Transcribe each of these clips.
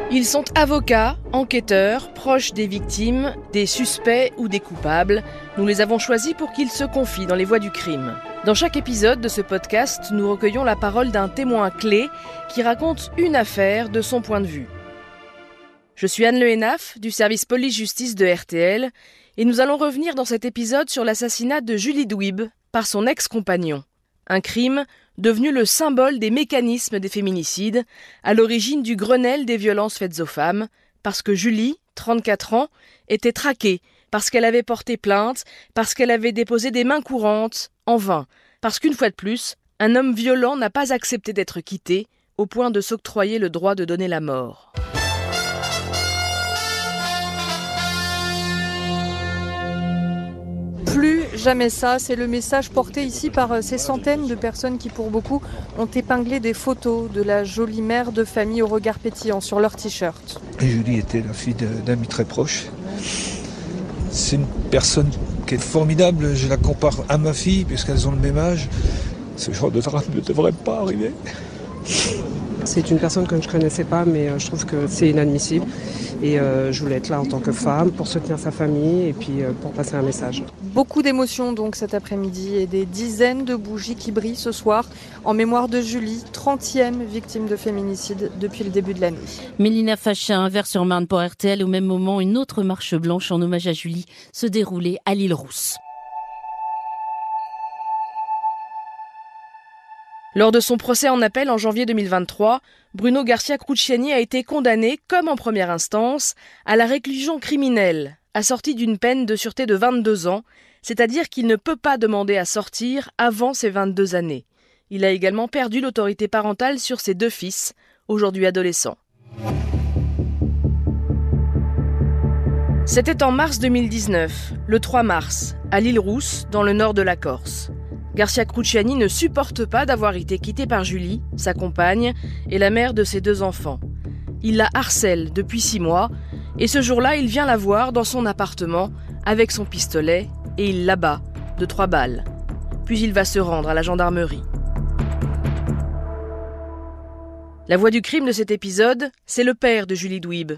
Ils sont avocats, enquêteurs, proches des victimes, des suspects ou des coupables. Nous les avons choisis pour qu'ils se confient dans les voies du crime. Dans chaque épisode de ce podcast, nous recueillons la parole d'un témoin clé qui raconte une affaire de son point de vue. Je suis Anne Le Hénaf, du service police-justice de RTL, et nous allons revenir dans cet épisode sur l'assassinat de Julie Douib par son ex-compagnon. Un crime devenu le symbole des mécanismes des féminicides, à l'origine du Grenelle des violences faites aux femmes, parce que Julie, 34 ans, était traquée, parce qu'elle avait porté plainte, parce qu'elle avait déposé des mains courantes, en vain, parce qu'une fois de plus, un homme violent n'a pas accepté d'être quitté, au point de s'octroyer le droit de donner la mort. Plus jamais ça, c'est le message porté ici par ces centaines de personnes qui, pour beaucoup, ont épinglé des photos de la jolie mère de famille au regard pétillant sur leur t-shirt. Et Julie était la fille d'amis très proches. C'est une personne qui est formidable, je la compare à ma fille, puisqu'elles ont le même âge. Ce genre de drame ne devrait pas arriver. C'est une personne que je ne connaissais pas, mais je trouve que c'est inadmissible. Et je voulais être là en tant que femme pour soutenir sa famille et puis pour passer un message. Beaucoup d'émotions donc cet après-midi et des dizaines de bougies qui brillent ce soir en mémoire de Julie, 30e victime de féminicide depuis le début de l'année. Mélina Fachin, Vers-sur-Marne pour RTL. Au même moment, une autre marche blanche en hommage à Julie se déroulait à l'île Rousse. Lors de son procès en appel en janvier 2023, Bruno Garcia-Cruciani a été condamné, comme en première instance, à la réclusion criminelle, assortie d'une peine de sûreté de 22 ans, c'est-à-dire qu'il ne peut pas demander à sortir avant ses 22 années. Il a également perdu l'autorité parentale sur ses 2 fils, aujourd'hui adolescents. C'était en mars 2019, le 3 mars, à l'île Rousse, dans le nord de la Corse. Garcia-Cruciani ne supporte pas d'avoir été quitté par Julie, sa compagne, et la mère de ses 2 enfants. Il la harcèle depuis 6 mois, et ce jour-là, il vient la voir dans son appartement avec son pistolet et il l'abat de 3 balles. Puis il va se rendre à la gendarmerie. La voix du crime de cet épisode, c'est le père de Julie Douib.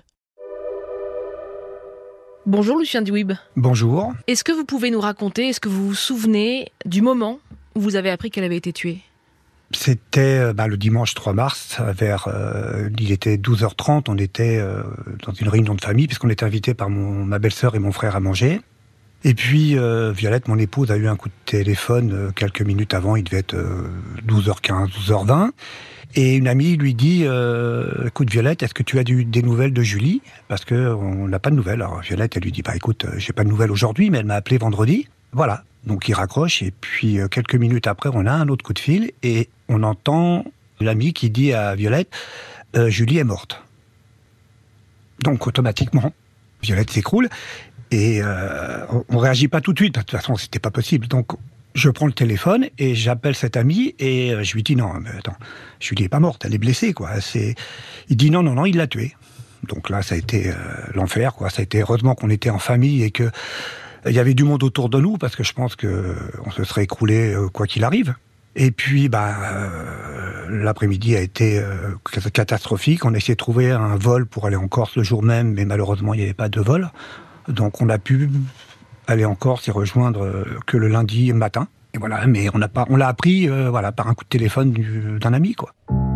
Bonjour Lucien Douib. Bonjour. Est-ce que vous pouvez nous raconter, est-ce que vous vous souvenez du moment où vous avez appris qu'elle avait été tuée ? C'était le dimanche 3 mars, il était 12h30, on était dans une réunion de famille, puisqu'on était invité par ma belle-sœur et mon frère à manger. Et puis Violette, mon épouse, a eu un coup de téléphone quelques minutes avant, il devait être 12h15, 12h20. Et une amie lui dit écoute Violette, est-ce que tu as des nouvelles de Julie ? Parce qu'on n'a pas de nouvelles. Alors Violette, elle lui dit écoute, j'ai pas de nouvelles aujourd'hui, mais elle m'a appelé vendredi. Voilà. Donc il raccroche et puis quelques minutes après, on a un autre coup de fil et on entend l'ami qui dit à Violette Julie est morte. Donc automatiquement, Violette s'écroule et on réagit pas tout de suite. De toute façon, c'était pas possible. Donc je prends le téléphone et j'appelle cet ami et je lui dis non, mais attends, Julie est pas morte, elle est blessée quoi. Il dit non, il l'a tuée. Donc là, ça a été l'enfer quoi. Ça a été heureusement qu'on était en famille et que il y avait du monde autour de nous parce que je pense que on se serait écroulé quoi qu'il arrive. Et puis l'après-midi a été catastrophique. On a essayé de trouver un vol pour aller en Corse le jour même, mais malheureusement il n'y avait pas de vol. Donc on a pu aller en Corse et rejoindre que le lundi matin. Et voilà, mais on l'a appris par un coup de téléphone d'un ami quoi.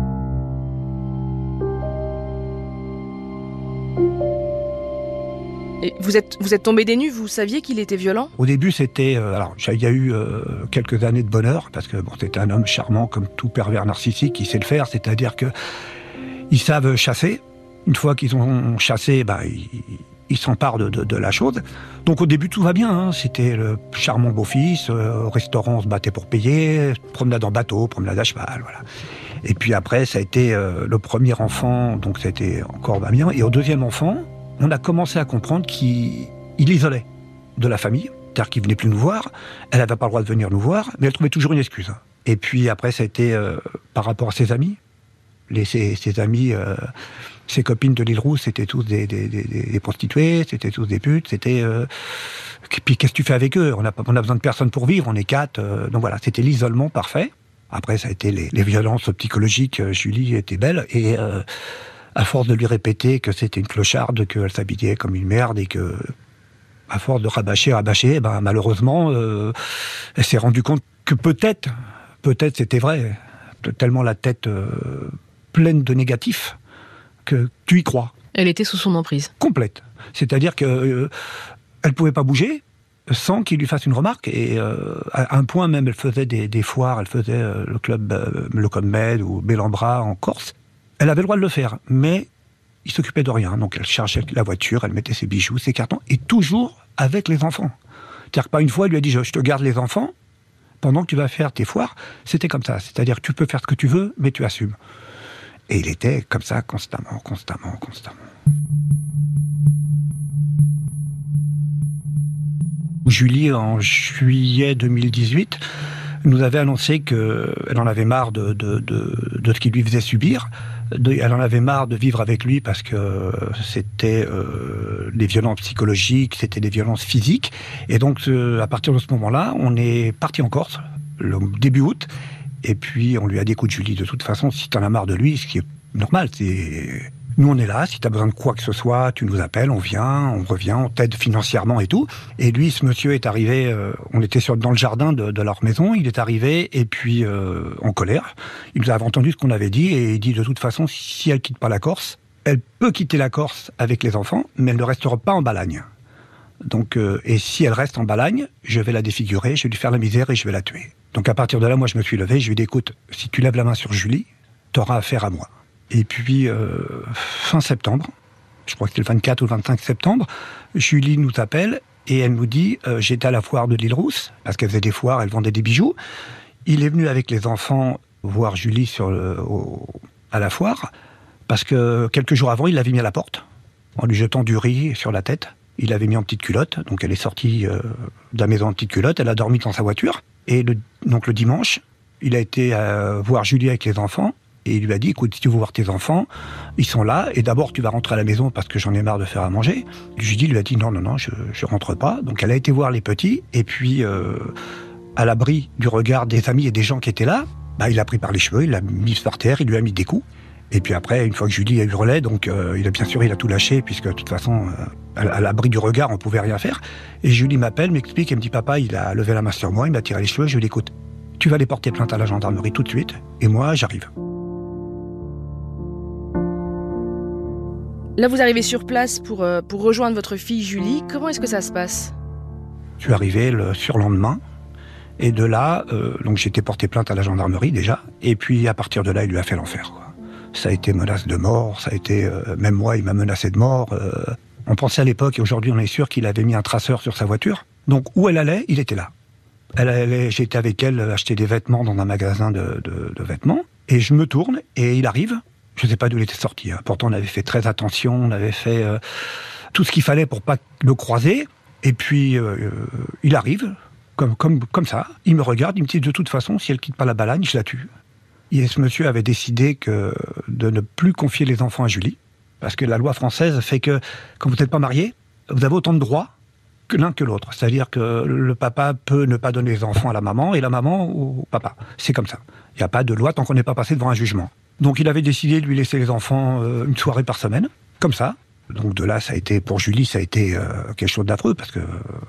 Et vous êtes tombé des nues, vous saviez qu'il était violent ? Au début, c'était... il y a eu quelques années de bonheur, parce que c'était un homme charmant, comme tout pervers narcissique, qui sait le faire, c'est-à-dire que ils savent chasser. Une fois qu'ils ont chassé, ils s'emparent de la chose. Donc au début, tout va bien, hein. C'était le charmant beau-fils, au restaurant, on se battait pour payer, promenade en bateau, promenade à cheval, voilà. Et puis après, ça a été le premier enfant, donc ça a été encore bien. Et au deuxième enfant, on a commencé à comprendre qu'il isolait de la famille, c'est-à-dire qu'il venait plus nous voir, elle n'avait pas le droit de venir nous voir, mais elle trouvait toujours une excuse. Et puis après, ça a été par rapport à ses amis. Ses amis, ses copines de l'île Rousse, c'était tous des prostituées, c'était tous des putes, c'était... Puis qu'est-ce que tu fais avec eux ? On a besoin de personne pour vivre, on est 4. Donc voilà, c'était l'isolement parfait. Après, ça a été les violences psychologiques. Julie était belle et à force de lui répéter que c'était une clocharde, qu'elle s'habillait comme une merde et que, à force de rabâcher, malheureusement, elle s'est rendue compte que peut-être c'était vrai, tellement la tête pleine de négatifs que tu y crois. Elle était sous son emprise. Complète. C'est-à-dire que elle pouvait pas bouger sans qu'il lui fasse une remarque. Et à un point même, elle faisait des foires, elle faisait le club Med ou Bellambra en Corse. Elle avait le droit de le faire, mais il s'occupait de rien. Donc elle chargeait la voiture, elle mettait ses bijoux, ses cartons, et toujours avec les enfants. C'est-à-dire que pas une fois, elle lui a dit « je te garde les enfants pendant que tu vas faire tes foires ». C'était comme ça. C'est-à-dire que tu peux faire ce que tu veux, mais tu assumes. Et il était comme ça constamment. Julie, en juillet 2018, nous avait annoncé qu'elle en avait marre de ce qu'il lui faisait subir. Elle en avait marre de vivre avec lui parce que c'était des violences psychologiques, c'était des violences physiques. Et donc, à partir de ce moment-là, on est parti en Corse, le début août. Et puis, on lui a dit, écoute, Julie, de toute façon, si t'en as marre de lui, ce qui est normal, c'est... Nous, on est là, si t'as besoin de quoi que ce soit, tu nous appelles, on vient, on revient, on t'aide financièrement et tout. Et lui, ce monsieur est arrivé, on était dans le jardin de leur maison, il est arrivé, et puis en colère. Il nous avait entendu ce qu'on avait dit, et il dit, de toute façon, si elle quitte pas la Corse, elle peut quitter la Corse avec les enfants, mais elle ne restera pas en Balagne. Donc, et si elle reste en Balagne, je vais la défigurer, je vais lui faire la misère et je vais la tuer. Donc à partir de là, moi je me suis levé, je lui ai dit, écoute, si tu lèves la main sur Julie, t'auras affaire à moi. Et puis, fin septembre, je crois que c'était le 24 ou le 25 septembre, Julie nous appelle et elle nous dit, j'étais à la foire de l'Île-Rousse, parce qu'elle faisait des foires, elle vendait des bijoux. Il est venu avec les enfants voir Julie à la foire, parce que quelques jours avant, il l'avait mis à la porte, en lui jetant du riz sur la tête. Il l'avait mis en petite culotte, donc elle est sortie de la maison en petite culotte, elle a dormi dans sa voiture. Et donc le dimanche, il a été voir Julie avec les enfants, et il lui a dit, écoute, si tu veux voir tes enfants, ils sont là, et d'abord tu vas rentrer à la maison parce que j'en ai marre de faire à manger. Julie lui a dit, non, je rentre pas. Donc elle a été voir les petits, et puis à l'abri du regard des amis et des gens qui étaient là, il a pris par les cheveux, il l'a mis par terre, il lui a mis des coups. Et puis après, une fois que Julie a hurlé, donc il a tout lâché, puisque de toute façon, à l'abri du regard, on pouvait rien faire. Et Julie m'appelle, m'explique, elle me dit, papa, il a levé la main sur moi, il m'a tiré les cheveux, je lui dis, écoute, tu vas aller porter plainte à la gendarmerie tout de suite, et moi, j'arrive. Là, vous arrivez sur place pour rejoindre votre fille Julie. Comment est-ce que ça se passe ? Je suis arrivé le surlendemain, et de là, donc j'ai été porter plainte à la gendarmerie déjà, et puis à partir de là, il lui a fait l'enfer, quoi. Ça a été menace de mort, ça a été... même moi, il m'a menacé de mort. On pensait à l'époque, et aujourd'hui on est sûr qu'il avait mis un traceur sur sa voiture. Donc où elle allait, il était là. J'étais avec elle acheter des vêtements dans un magasin de vêtements, et je me tourne, et il arrive. Je ne sais pas d'où il était sorti. Hein. Pourtant, on avait fait très attention, on avait fait tout ce qu'il fallait pour pas le croiser. Et puis, il arrive, comme ça. Il me regarde, il me dit, de toute façon, si elle quitte pas la Balagne, je la tue. Et ce monsieur avait décidé de ne plus confier les enfants à Julie, parce que la loi française fait que, quand vous n'êtes pas marié, vous avez autant de droits que l'un que l'autre. C'est-à-dire que le papa peut ne pas donner les enfants à la maman, et la maman au papa. C'est comme ça. Il n'y a pas de loi tant qu'on n'est pas passé devant un jugement. Donc il avait décidé de lui laisser les enfants une soirée par semaine, comme ça. Donc de là, pour Julie, ça a été quelque chose d'affreux, parce que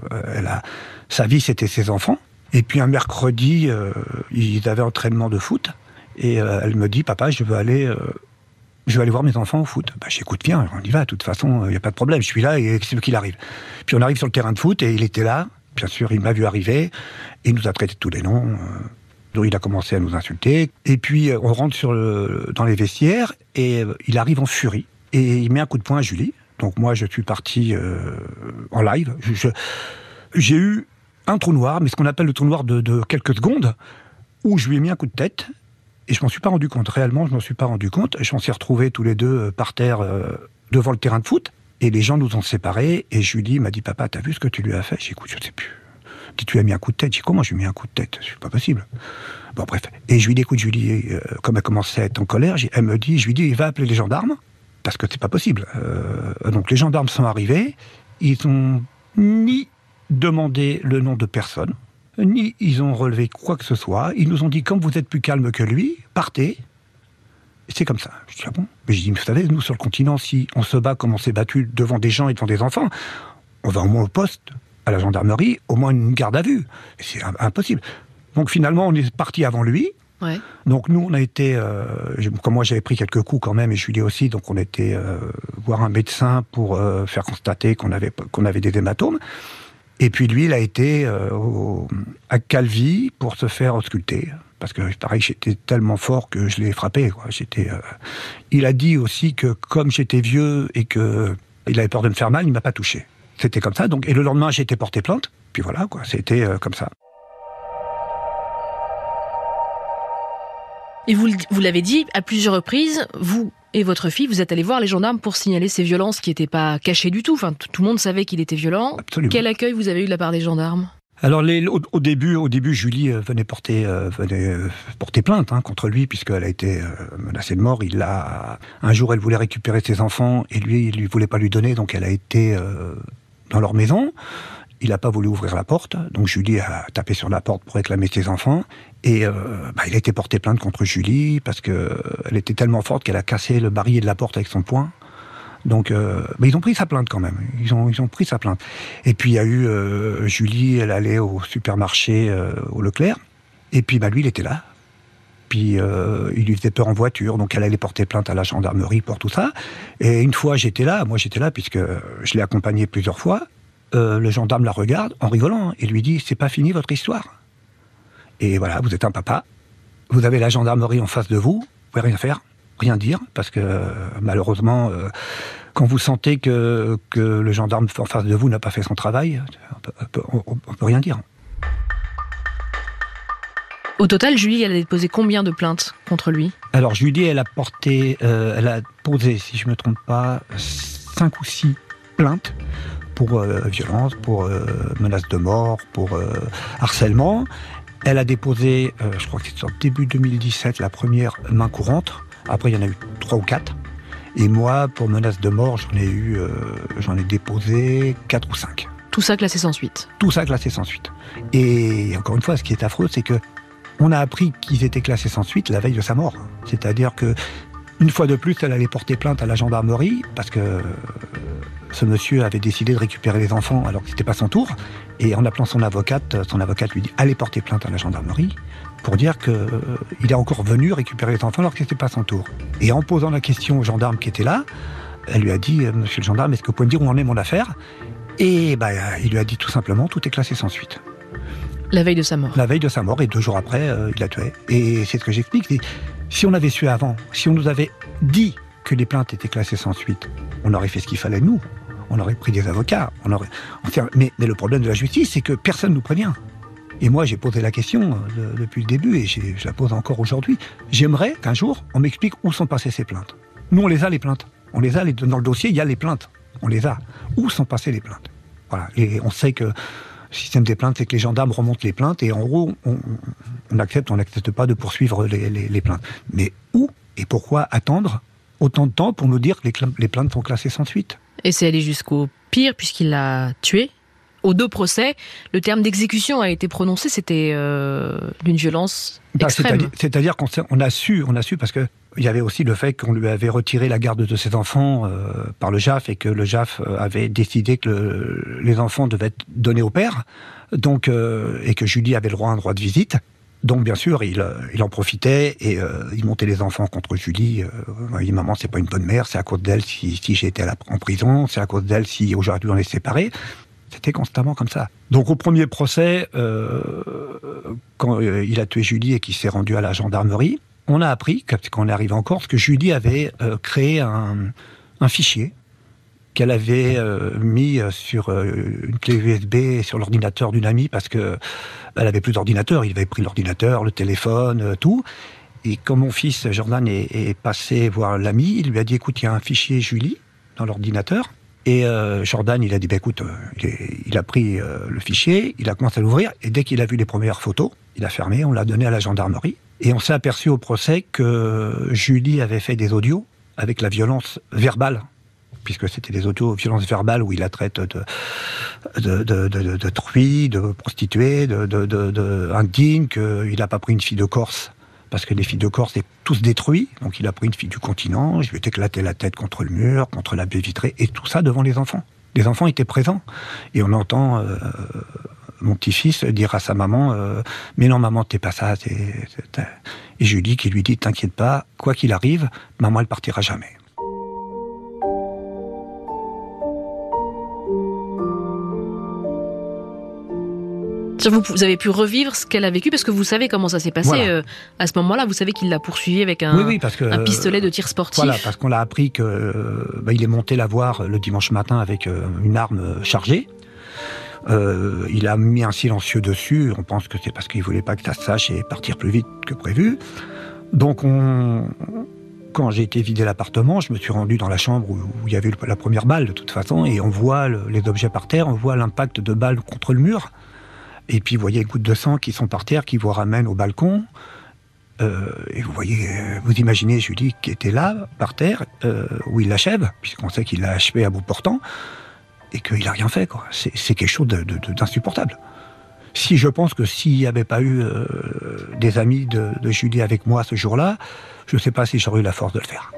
sa vie, c'était ses enfants. Et puis un mercredi, ils avaient entraînement de foot, et elle me dit, papa, je vais aller voir mes enfants au foot. J'écoute, viens, on y va, de toute façon, il n'y a pas de problème, je suis là, et c'est qu'il arrive. Puis on arrive sur le terrain de foot, et il était là, bien sûr, il m'a vu arriver, et il nous a traité de tous les noms. Donc il a commencé à nous insulter, et puis on rentre dans les vestiaires, et il arrive en furie, et il met un coup de poing à Julie. Donc moi, je suis parti en live. J'ai eu un trou noir, mais ce qu'on appelle le trou noir de quelques secondes, où je lui ai mis un coup de tête, et je m'en suis pas rendu compte. Réellement, je m'en suis pas rendu compte. Je m'en suis retrouvés tous les deux par terre devant le terrain de foot, et les gens nous ont séparés, et Julie m'a dit, papa, t'as vu ce que tu lui as fait? J'ai dit, écoute, je sais plus. Si tu as mis un coup de tête, j'ai dit, comment je lui ai mis un coup de tête? C'est pas possible. Bon, bref. Et je lui dis, écoute, Julie, comme elle commençait à être en colère, je lui dis, il va appeler les gendarmes, parce que c'est pas possible. Donc les gendarmes sont arrivés, ils ont ni demandé le nom de personne, ni ils ont relevé quoi que ce soit. Ils nous ont dit, comme vous êtes plus calme que lui, partez. C'est comme ça. Je dis, ah bon? Mais je dis, vous savez, nous, sur le continent, si on se bat comme on s'est battu devant des gens et devant des enfants, on va au moins au poste, à la gendarmerie, au moins une garde à vue. C'est impossible. Donc finalement, on est parti avant lui. Ouais. Donc nous, on a été... comme moi, j'avais pris quelques coups quand même, et Julie aussi, donc on était voir un médecin pour faire constater qu'on avait des hématomes. Et puis lui, il a été à Calvi pour se faire ausculter. Parce que, pareil, j'étais tellement fort que je l'ai frappé, quoi. Il a dit aussi que, comme j'étais vieux et que il avait peur de me faire mal, il m'a pas touché. C'était comme ça. Donc, et le lendemain, j'ai été porté plainte. Puis voilà, quoi. C'était comme ça. Et vous l'avez dit, à plusieurs reprises, vous et votre fille, vous êtes allés voir les gendarmes pour signaler ces violences qui n'étaient pas cachées du tout. Enfin, tout le monde savait qu'il était violent. Absolument. Quel accueil vous avez eu de la part des gendarmes ? Alors au début, Julie venait porter plainte contre lui puisqu'elle a été menacée de mort. Un jour, elle voulait récupérer ses enfants et lui, il lui voulait pas lui donner, donc elle a été dans leur maison. Il n'a pas voulu ouvrir la porte, donc Julie a tapé sur la porte pour réclamer ses enfants. Et il a été porté plainte contre Julie parce que elle était tellement forte qu'elle a cassé le barillet de la porte avec son poing. Donc, mais ils ont pris sa plainte quand même. Ils ont pris sa plainte. Et puis il y a eu Julie, elle allait au supermarché au Leclerc. Et puis lui, il était là. Puis il lui faisait peur en voiture, donc elle allait porter plainte à la gendarmerie pour tout ça. Et une fois, j'étais là puisque je l'ai accompagné plusieurs fois. Le gendarme la regarde en rigolant et lui dit: c'est pas fini votre histoire. Et voilà, vous êtes un papa. Vous avez la gendarmerie en face de vous. Vous pouvez rien faire. Rien dire, parce que malheureusement, quand vous sentez que le gendarme en face de vous n'a pas fait son travail, on peut rien dire. Au total, Julie, elle a déposé combien de plaintes contre lui ? Alors Julie, elle a posé, si je ne me trompe pas, 5 ou 6 plaintes pour violence, pour menace de mort, pour harcèlement. Elle a déposé, je crois que c'est en début 2017, la première main courante. Après, il y en a eu 3 ou 4. Et moi, pour menace de mort, j'en ai déposé 4 ou 5. Tout ça classé sans suite. Tout ça classé sans suite. Et encore une fois, ce qui est affreux, c'est que on a appris qu'ils étaient classés sans suite la veille de sa mort. C'est-à-dire que, une fois de plus, elle allait porter plainte à la gendarmerie parce que ce monsieur avait décidé de récupérer les enfants alors que c'était pas son tour. Et en appelant son avocate lui dit: allez porter plainte à la gendarmerie, pour dire qu'il est encore venu récupérer les enfants alors que c'était pas son tour. Et en posant la question au gendarme qui était là, elle lui a dit: monsieur le gendarme, est-ce que vous pouvez me dire où en est mon affaire ? Et il lui a dit tout simplement: tout est classé sans suite. La veille de sa mort. La veille de sa mort, et 2 jours après, il l'a tué. Et c'est ce que j'explique, c'est, si on avait su avant, si on nous avait dit que les plaintes étaient classées sans suite, on aurait fait ce qu'il fallait nous. On aurait pris des avocats. Mais le problème de la justice, c'est que personne ne nous prévient. Et moi, j'ai posé la question depuis le début, et je la pose encore aujourd'hui. J'aimerais qu'un jour, on m'explique où sont passées ces plaintes. Nous, on les a, les plaintes. On les a, dans le dossier, il y a les plaintes. On les a. Où sont passées les plaintes ? Voilà. Et on sait que le système des plaintes, c'est que les gendarmes remontent les plaintes, et en gros, on accepte, on n'accepte pas de poursuivre les plaintes. Mais où et pourquoi attendre autant de temps pour nous dire que les plaintes sont classées sans suite ? Et c'est allé jusqu'au pire, puisqu'il l'a tué. Aux 2 procès, le terme d'exécution a été prononcé, c'était d'une violence extrême. C'est-à-dire qu'on a su, parce que il y avait aussi le fait qu'on lui avait retiré la garde de ses enfants par le JAF, et que le JAF avait décidé que les enfants devaient être donnés au père, donc, et que Julie avait le droit à un droit de visite. Donc bien sûr, il en profitait et il montait les enfants contre Julie. Il dit: maman, c'est pas une bonne mère, c'est à cause d'elle si j'ai été en prison, c'est à cause d'elle si aujourd'hui on est séparés. C'était constamment comme ça. Donc au premier procès, quand il a tué Julie et qu'il s'est rendu à la gendarmerie, on a appris, quand on est arrivé en Corse, que Julie avait créé un fichier qu'elle avait mis sur une clé USB sur l'ordinateur d'une amie, parce que elle avait plus d'ordinateur. Il avait pris l'ordinateur, le téléphone, tout. Et quand mon fils Jordan est passé voir l'ami, il lui a dit: écoute, il y a un fichier Julie dans l'ordinateur. Et Jordan, il a dit: écoute, il a pris le fichier, il a commencé à l'ouvrir, et dès qu'il a vu les premières photos, il a fermé, on l'a donné à la gendarmerie. Et on s'est aperçu au procès que Julie avait fait des audios avec la violence verbale, puisque c'était des audios violences verbales où il la traite de truie, de prostituée, indigne, qu'il n'a pas pris une fille de Corse parce que les filles de Corse étaient tous détruits. Donc il a pris une fille du continent, je lui ai éclaté la tête contre le mur, contre la baie vitrée, et tout ça devant les enfants. Les enfants étaient présents. Et on entend mon petit-fils dire à sa maman mais non maman, t'es pas ça. Et Julie qui lui dit t'inquiète pas, quoi qu'il arrive, maman elle partira jamais. Vous avez pu revivre ce qu'elle a vécu parce que vous savez comment ça s'est passé à ce moment-là. Vous savez qu'il l'a poursuivi avec un pistolet de tir sportif. Voilà, parce qu'on l'a appris qu'il est monté la voir le dimanche matin avec une arme chargée. Il a mis un silencieux dessus. On pense que c'est parce qu'il voulait pas que ça se sache et partir plus vite que prévu. Donc quand j'ai été vider l'appartement, je me suis rendu dans la chambre où il y avait la première balle de toute façon, et on voit les objets par terre, on voit l'impact de balles contre le mur. Et puis, vous voyez les gouttes de sang qui sont par terre, qui vous ramènent au balcon. Et vous imaginez Julie qui était là, par terre, où il l'achève, puisqu'on sait qu'il l'a achevé à bout portant, et qu'il n'a rien fait, quoi. C'est quelque chose d'insupportable. Je pense que s'il n'y avait pas eu des amis de Julie avec moi ce jour-là, je ne sais pas si j'aurais eu la force de le faire.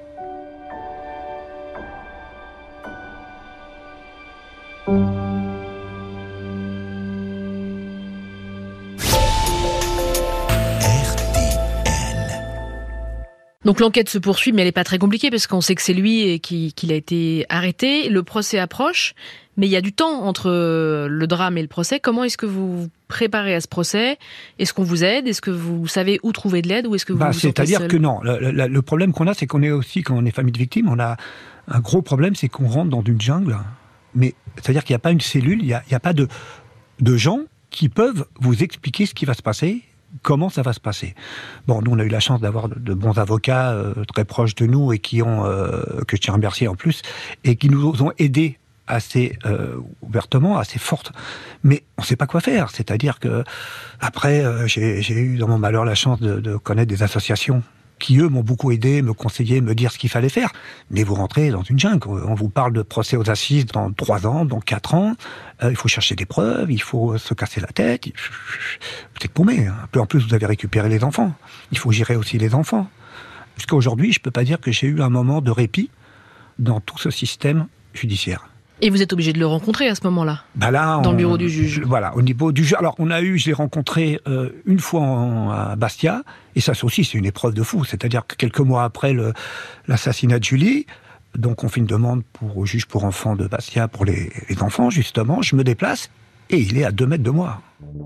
Donc l'enquête se poursuit, mais elle n'est pas très compliquée, parce qu'on sait que c'est lui qui a été arrêté. Le procès approche, mais il y a du temps entre le drame et le procès. Comment est-ce que vous vous préparez à ce procès ? Est-ce qu'on vous aide ? Est-ce que vous savez où trouver de l'aide ? Ou est-ce que vous vous sentez C'est-à-dire seul ? que non. Le problème qu'on a, c'est qu'on est aussi, quand on est famille de victimes, on a un gros problème, c'est qu'on rentre dans une jungle. Mais c'est-à-dire qu'il n'y a pas une cellule, il n'y a pas de gens qui peuvent vous expliquer ce qui va se passer. Comment ça va se passer ? Bon, nous, on a eu la chance d'avoir de bons avocats très proches de nous et qui ont, que je tiens à remercier en plus, et qui nous ont aidés assez ouvertement, assez forte. Mais on ne sait pas quoi faire. C'est-à-dire que après, j'ai eu dans mon malheur la chance de connaître des associations qui, eux, m'ont beaucoup aidé, me conseillaient, me dire ce qu'il fallait faire. Mais vous rentrez dans une jungle. On vous parle de procès aux assises dans 3 ans, dans 4 ans. Il faut chercher des preuves, il faut se casser la tête. Vous êtes paumé. Un peu en plus, vous avez récupéré les enfants. Il faut gérer aussi les enfants. Jusqu'à aujourd'hui, je ne peux pas dire que j'ai eu un moment de répit dans tout ce système judiciaire. Et vous êtes obligé de le rencontrer à ce moment-là, dans le bureau du juge. Voilà, au niveau du juge. Alors, je l'ai rencontré une fois à Bastia, et ça aussi, c'est une épreuve de fou. C'est-à-dire que quelques mois après l'assassinat de Julie, donc on fait une demande au juge pour enfants de Bastia, pour les enfants, justement, je me déplace, et il est à 2 mètres de moi.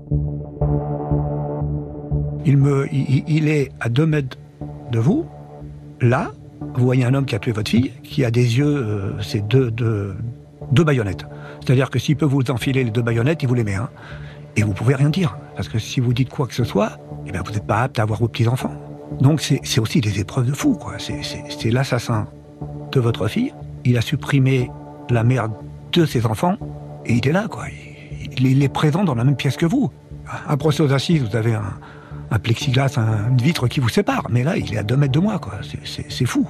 Il est à 2 mètres de vous, là, vous voyez un homme qui a tué votre fille, qui a des yeux, c'est deux baïonnettes. C'est-à-dire que s'il peut vous enfiler les 2 baïonnettes, il vous les met. Et vous pouvez rien dire. Parce que si vous dites quoi que ce soit, vous n'êtes pas apte à avoir vos petits-enfants. Donc c'est aussi des épreuves de fou, quoi. C'est l'assassin de votre fille. Il a supprimé la mère de ses enfants, et il est là, quoi. Il est présent dans la même pièce que vous. Un procès aux assises, vous avez un plexiglas, une vitre qui vous sépare. Mais là, il est à 2 mètres de moi, quoi. C'est fou.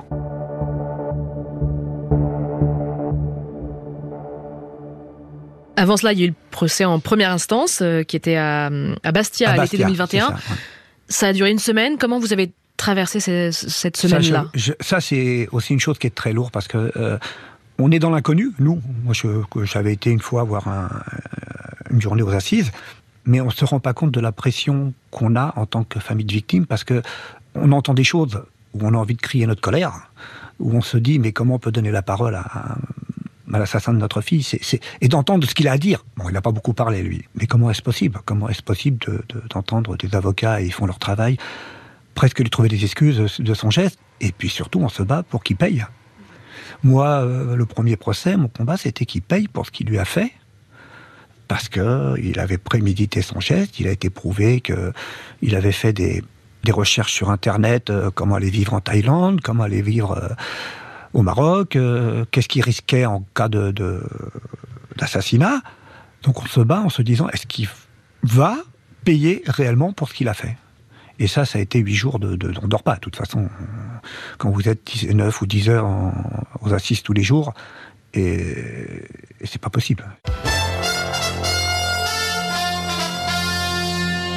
Avant cela, il y a eu le procès en première instance, qui était à Bastia, à l'été 2021. Ça a duré 1 semaine. Comment vous avez traversé cette semaine-là ? Ça, c'est aussi une chose qui est très lourde, parce que on est dans l'inconnu. Nous, moi, j'avais été une fois voir une journée aux assises, mais on ne se rend pas compte de la pression qu'on a en tant que famille de victimes, parce que on entend des choses où on a envie de crier notre colère, où on se dit, mais comment on peut donner la parole à l'assassin de notre fille, et d'entendre ce qu'il a à dire. Bon, il n'a pas beaucoup parlé, lui. Mais comment est-ce possible ? Comment est-ce possible d'entendre des avocats, et ils font leur travail, presque lui trouver des excuses de son geste, et puis surtout, on se bat pour qu'il paye. Moi, le premier procès, mon combat, c'était qu'il paye pour ce qu'il lui a fait, parce qu'il avait prémédité son geste, il a été prouvé qu'il avait fait des recherches sur Internet, comment aller vivre en Thaïlande, comment aller vivre au Maroc, qu'est-ce qu'il risquait en cas d'assassinat. Donc on se bat en se disant, est-ce qu'il va payer réellement pour ce qu'il a fait ? Et ça a été 8 jours on ne dort pas. De toute façon, quand vous êtes 9 ou 10 heures aux assises tous les jours, et c'est pas possible.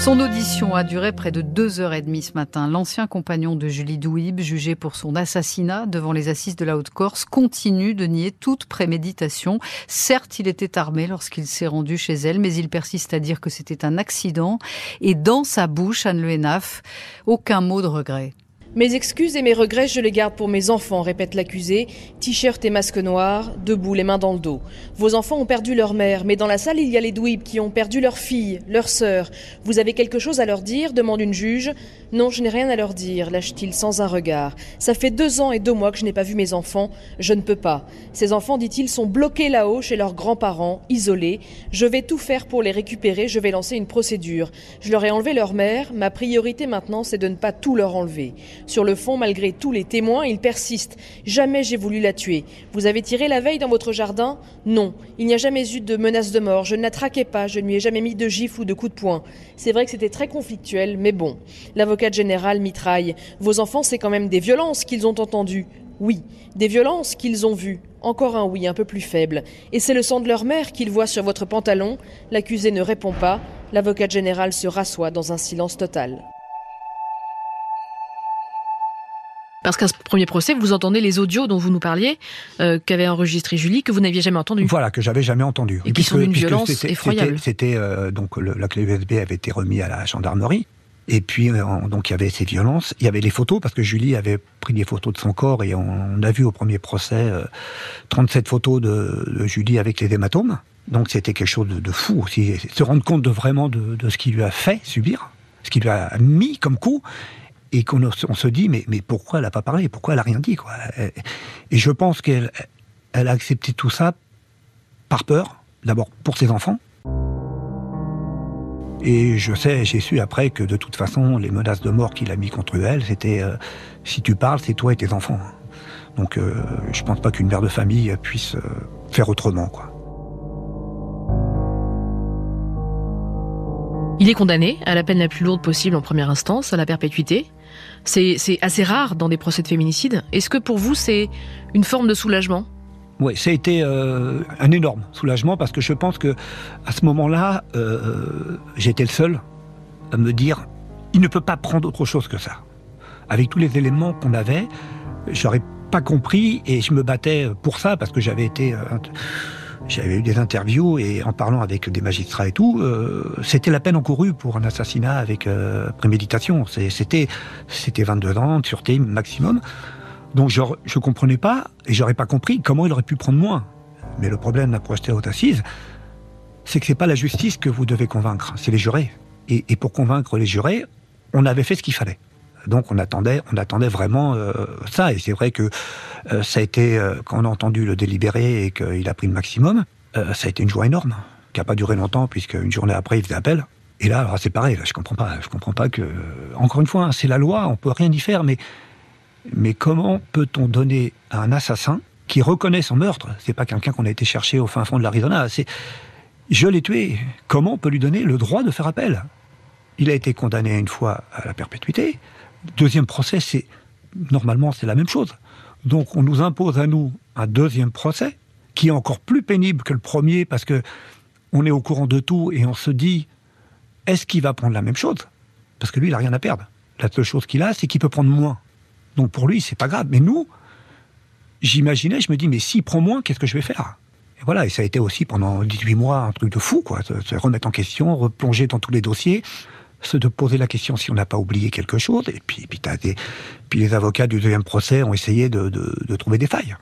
Son audition a duré près de 2h30 ce matin. L'ancien compagnon de Julie Douib, jugé pour son assassinat devant les assises de la Haute-Corse, continue de nier toute préméditation. Certes, il était armé lorsqu'il s'est rendu chez elle, mais il persiste à dire que c'était un accident. Et dans sa bouche, Anne Le Hénaff, aucun mot de regret. Mes excuses et mes regrets, je les garde pour mes enfants, répète l'accusé, t-shirt et masque noir, debout, les mains dans le dos. Vos enfants ont perdu leur mère, mais dans la salle, il y a les Douib qui ont perdu leur fille, leur sœur. Vous avez quelque chose à leur dire, demande une juge. Non, je n'ai rien à leur dire, lâche-t-il sans un regard. Ça fait 2 ans et 2 mois que je n'ai pas vu mes enfants, je ne peux pas. Ces enfants, dit-il, sont bloqués là-haut chez leurs grands-parents, isolés. Je vais tout faire pour les récupérer, je vais lancer une procédure. Je leur ai enlevé leur mère, ma priorité maintenant, c'est de ne pas tout leur enlever. Sur le fond, malgré tous les témoins, il persiste. Jamais j'ai voulu la tuer. Vous avez tiré la veille dans votre jardin ? Non. Il n'y a jamais eu de menace de mort. Je ne la traquais pas. Je ne lui ai jamais mis de gifle ou de coup de poing. C'est vrai que c'était très conflictuel, mais bon. L'avocate générale mitraille. Vos enfants, c'est quand même des violences qu'ils ont entendues. Oui. Des violences qu'ils ont vues. Encore un oui, un peu plus faible. Et c'est le sang de leur mère qu'ils voient sur votre pantalon. L'accusé ne répond pas. L'avocate générale se rassoit dans un silence total. Parce qu'à ce premier procès, vous entendez les audios dont vous nous parliez, qu'avait enregistré Julie, que vous n'aviez jamais entendu. Voilà, que j'avais jamais entendu. Et qui sont d'une violence effroyable. Donc la clé USB avait été remise à la gendarmerie. Et puis, donc il y avait ces violences. Il y avait les photos, parce que Julie avait pris des photos de son corps, et on a vu au premier procès 37 photos de Julie avec les hématomes. Donc c'était quelque chose de fou aussi. Se rendre compte de ce qu'il lui a fait subir, ce qu'il lui a mis comme coup. Et qu'on se dit, mais pourquoi elle n'a pas parlé ? Pourquoi elle n'a rien dit, quoi ? Et je pense qu'elle a accepté tout ça par peur, d'abord pour ses enfants. Et j'ai su après que de toute façon, les menaces de mort qu'il a mis contre elle, c'était si tu parles, c'est toi et tes enfants. Donc je ne pense pas qu'une mère de famille puisse faire autrement, quoi. Il est condamné à la peine la plus lourde possible en première instance, à la perpétuité. C'est assez rare dans des procès de féminicide. Est-ce que pour vous, c'est une forme de soulagement ? Oui, ça a été un énorme soulagement, parce que je pense que à ce moment-là, j'étais le seul à me dire, il ne peut pas prendre autre chose que ça. Avec tous les éléments qu'on avait, j'aurais pas compris, et je me battais pour ça, parce que j'avais eu des interviews, et en parlant avec des magistrats et tout, c'était la peine encourue pour un assassinat avec préméditation. C'était 22 ans de sûreté maximum. Donc je comprenais pas, et j'aurais pas compris comment il aurait pu prendre moins. Mais le problème d'approcher la haute assise, c'est que c'est pas la justice que vous devez convaincre, c'est les jurés. Et pour convaincre les jurés, on avait fait ce qu'il fallait. Donc on attendait vraiment ça. Et c'est vrai que ça a été, quand on a entendu le délibéré et qu'il a pris le maximum, ça a été une joie énorme, qui n'a pas duré longtemps, puisque une journée après, il faisait appel. Et là, alors, c'est pareil, là, je comprends pas que... Encore une fois, hein, c'est la loi, on peut rien y faire, mais comment peut-on donner à un assassin qui reconnaît son meurtre, c'est pas quelqu'un qu'on a été chercher au fin fond de l'Arizona, c'est je l'ai tué, comment on peut lui donner le droit de faire appel ? Il a été condamné une fois à la perpétuité. Deuxième procès, normalement c'est la même chose. Donc on nous impose à nous un deuxième procès qui est encore plus pénible que le premier, parce que on est au courant de tout et on se dit, est-ce qu'il va prendre la même chose ? Parce que lui, il a rien à perdre. La seule chose qu'il a, c'est qu'il peut prendre moins. Donc pour lui, c'est pas grave. Mais nous, j'imaginais, je me dis, mais s'il prend moins, qu'est-ce que je vais faire ? Et voilà, et ça a été aussi pendant 18 mois un truc de fou, quoi. Se remettre en question, replonger dans tous les dossiers, se poser la question si on n'a pas oublié quelque chose. Et puis les avocats du deuxième procès ont essayé de trouver des failles.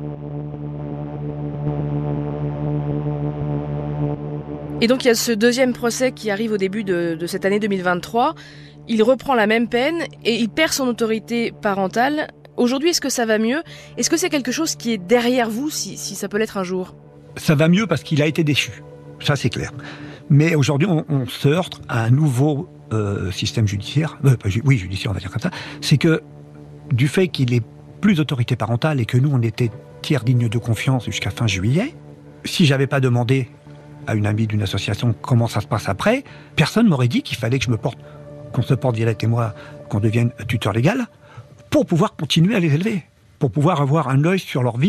Et donc il y a ce deuxième procès qui arrive au début de cette année 2023. Il reprend la même peine et il perd son autorité parentale. Aujourd'hui, est-ce que ça va mieux ? Est-ce que c'est quelque chose qui est derrière vous, si ça peut l'être un jour ? Ça va mieux parce qu'il a été déchu. Ça, c'est clair. Mais aujourd'hui, on se heurte à un nouveau système judiciaire. Judiciaire, on va dire comme ça. C'est que du fait qu'il ait plus d'autorité parentale et que nous, on était tiers dignes de confiance jusqu'à fin juillet, si j'avais pas demandé à une amie d'une association comment ça se passe après, personne m'aurait dit qu'il fallait que qu'on se porte Violette et moi, qu'on devienne tuteur légal, pour pouvoir continuer à les élever, pour pouvoir avoir un œil sur leur vie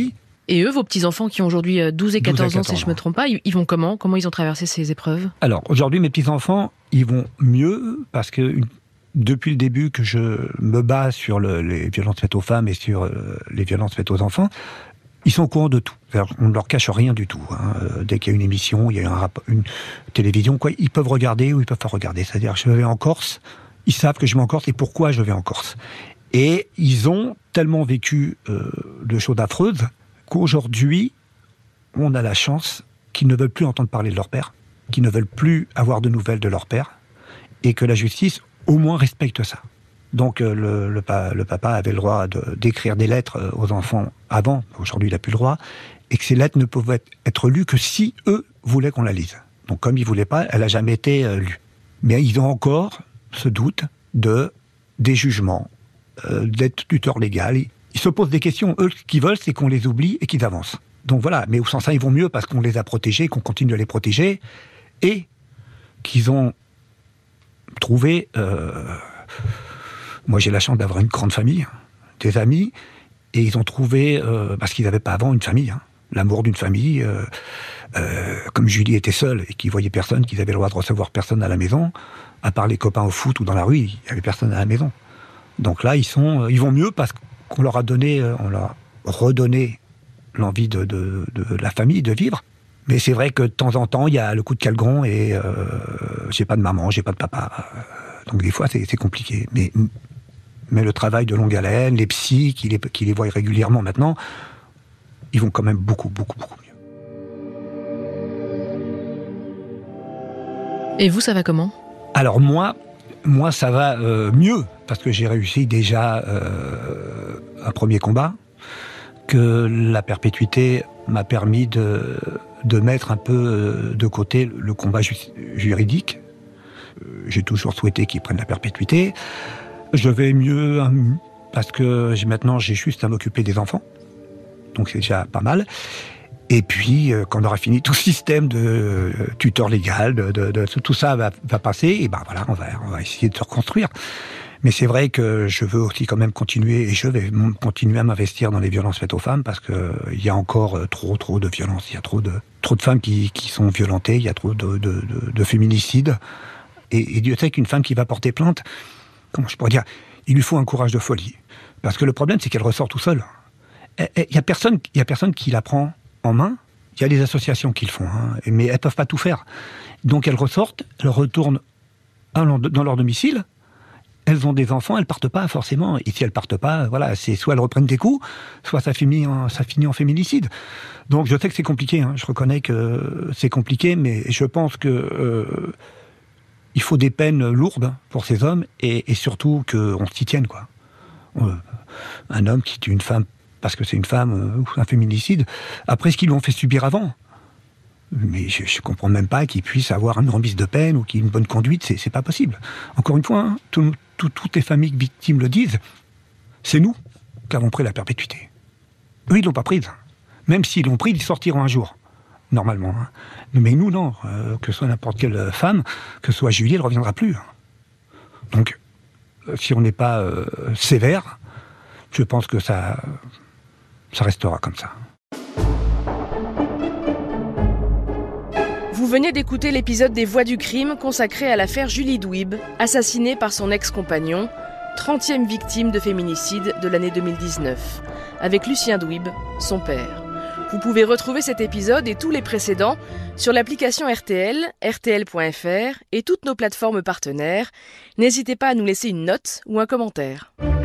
Et eux, vos petits-enfants qui ont aujourd'hui 12 et 14 ans, si je ne me trompe pas, ils vont comment ? Comment ils ont traversé ces épreuves ? Alors, aujourd'hui, mes petits-enfants, ils vont mieux parce que depuis le début que je me bats sur les violences faites aux femmes et sur les violences faites aux enfants, ils sont au courant de tout. On ne leur cache rien du tout. Dès qu'il y a une émission, il y a une télévision, quoi, ils peuvent regarder ou ils peuvent pas regarder. C'est-à-dire que je vais en Corse, ils savent que je vais en Corse et pourquoi je vais en Corse. Et ils ont tellement vécu de choses affreuses qu'aujourd'hui, on a la chance qu'ils ne veulent plus entendre parler de leur père, qu'ils ne veulent plus avoir de nouvelles de leur père, et que la justice, au moins, respecte ça. Donc le papa avait le droit d'écrire des lettres aux enfants avant, aujourd'hui il n'a plus le droit, et que ces lettres ne pouvaient être lues que si eux voulaient qu'on la lise. Donc comme ils ne voulaient pas, elle n'a jamais été lue. Mais ils ont encore ce doute des jugements, d'être tuteur légal. Ils se posent des questions. Eux, ce qu'ils veulent, c'est qu'on les oublie et qu'ils avancent. Donc voilà, mais au sens ça, ils vont mieux parce qu'on les a protégés, qu'on continue de les protéger, et qu'ils ont trouvé... Moi, j'ai la chance d'avoir une grande famille, des amis, et ils ont trouvé, parce qu'ils n'avaient pas avant une famille, l'amour d'une famille. Comme Julie était seule et qu'ils voyaient personne, qu'ils avaient le droit de recevoir personne à la maison, à part les copains au foot ou dans la rue, il n'y avait personne à la maison. Donc là, ils vont mieux parce qu'on leur a redonné l'envie de la famille, de vivre. Mais c'est vrai que de temps en temps, il y a le coup de calgron et j'ai pas de maman, j'ai pas de papa. Donc des fois, c'est compliqué. Mais le travail de longue haleine, les psys qui les voient régulièrement maintenant, ils vont quand même beaucoup, beaucoup, beaucoup mieux. Et vous, ça va comment ? Alors moi, ça va mieux, parce que j'ai réussi déjà un premier combat, que la perpétuité m'a permis de mettre un peu de côté le combat juridique. J'ai toujours souhaité qu'ils prennent la perpétuité. Je vais mieux parce que maintenant j'ai juste à m'occuper des enfants. Donc c'est déjà pas mal. Et puis, quand on aura fini tout système de tuteur légal, tout ça va passer, et ben voilà, on va essayer de se reconstruire. Mais c'est vrai que je veux aussi quand même continuer, et je vais continuer à m'investir dans les violences faites aux femmes, parce que il y a encore trop de violences, il y a trop de femmes qui sont violentées, il y a trop de féminicides. Et Dieu sait qu'une femme qui va porter plainte, comment je pourrais dire, il lui faut un courage de folie. Parce que le problème, c'est qu'elle ressort tout seule. Il y a personne qui la prend en main. Il y a des associations qui le font, mais elles peuvent pas tout faire. Donc elles ressortent, elles retournent dans leur domicile. Elles ont des enfants, elles partent pas forcément. Et si elles partent pas, voilà, c'est soit elles reprennent des coups, soit ça finit en féminicide. Donc je sais que c'est compliqué. Je reconnais que c'est compliqué, mais je pense que il faut des peines lourdes pour ces hommes et surtout qu'on s'y tienne, quoi. Un homme qui tue une femme parce que c'est une femme ou un féminicide, après ce qu'ils lui ont fait subir avant. Mais je comprends même pas qu'il puisse avoir une remise de peine ou qu'il ait une bonne conduite, c'est pas possible. Encore une fois, toutes les familles victimes le disent, c'est nous qui avons pris la perpétuité. Eux, ils l'ont pas prise. Même s'ils l'ont prise, ils sortiront un jour, normalement. Mais nous, non. Que ce soit n'importe quelle femme, que ce soit Julie, elle ne reviendra plus. Donc, si on n'est pas sévère, je pense que ça restera comme ça. Vous venez d'écouter l'épisode des Voix du crime consacré à l'affaire Julie Douib, assassinée par son ex-compagnon, 30e victime de féminicide de l'année 2019, avec Lucien Douib, son père. Vous pouvez retrouver cet épisode et tous les précédents sur l'application RTL, rtl.fr et toutes nos plateformes partenaires. N'hésitez pas à nous laisser une note ou un commentaire.